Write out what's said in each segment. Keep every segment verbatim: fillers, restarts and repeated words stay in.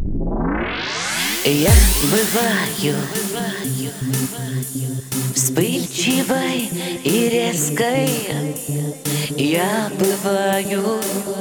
Я бываю вспыльчивой и резкой. Я бываю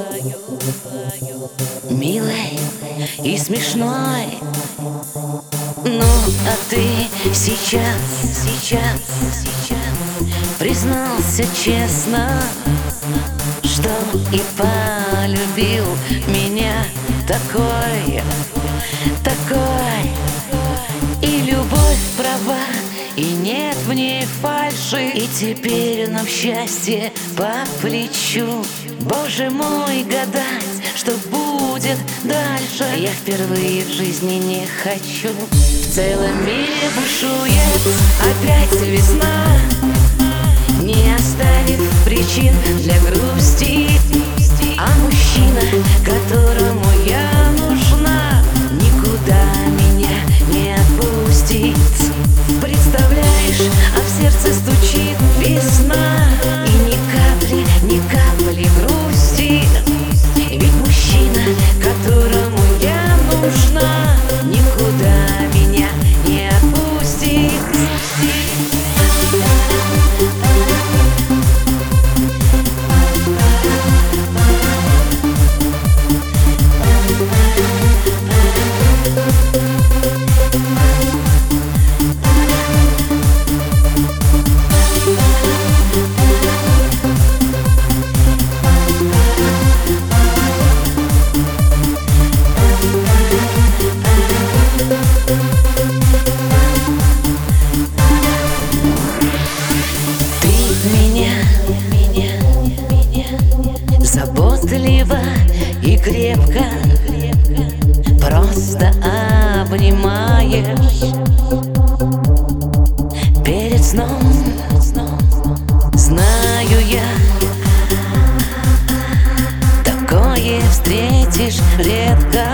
милой и смешной. Ну, а ты сейчас, сейчас, сейчас признался честно, что и полюбил меня такой, такой. И любовь права, и нет в ней фальши, и теперь нам счастье по плечу. Боже мой, гадать, что будет дальше, я впервые в жизни не хочу. В целом мире бушует опять весна, не оставив причин для грусти. А мужчина, которому я нужна, никуда меня не отпустит. Представляешь, а в сердце стучит весна, и ни капли, ни капли грусти. Ведь мужчина, которому я нужна, никуда меня не отпустит. Заботливо и крепко просто обнимаешь перед сном. Знаю я, такое встретишь редко,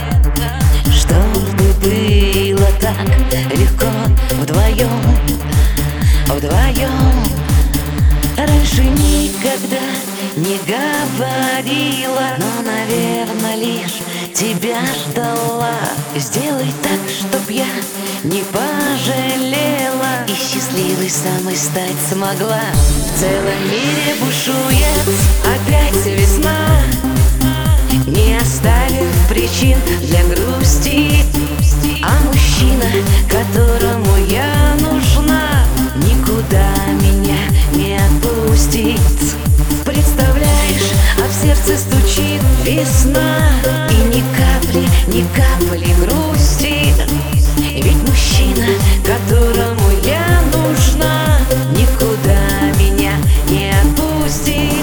чтобы было так легко вдвоем, вдвоем. Раньше никогда не говорила, но, наверное, лишь тебя ждала. Сделай так, чтоб я не пожалела и счастливой самой стать смогла. В целом мире бушует опять весна, не оставив причин для грусти. А мужчина, которому я нужна, никуда меня не отпустит. Представляешь, а в сердце стучит весна, и ни капли, ни капли грусти. Ведь мужчина, которому я нужна, никуда меня не отпустит.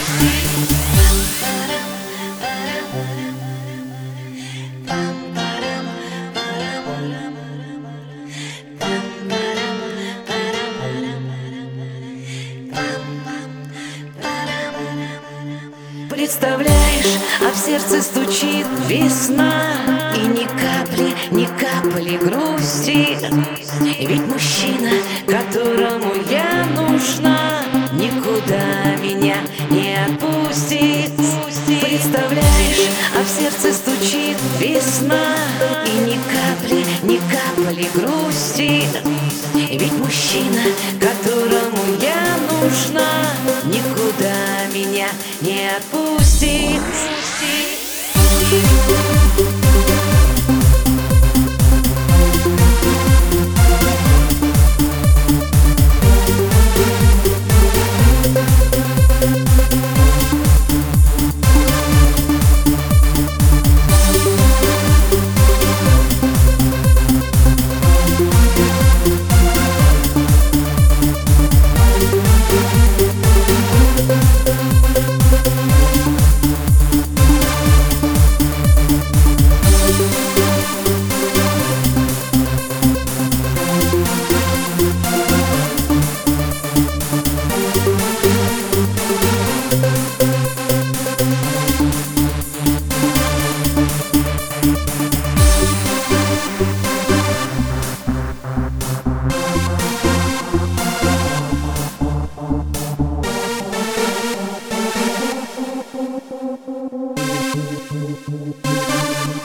Представляешь, а в сердце стучит весна, и ни капли, ни капли грусти. Ведь мужчина, которому я нужна, никуда меня не отпустит. Представляешь, а в сердце стучит весна, и ни капли, ни капли грусти. Ведь мужчина, которому я нужна, никуда меня не отпустит. Thank you.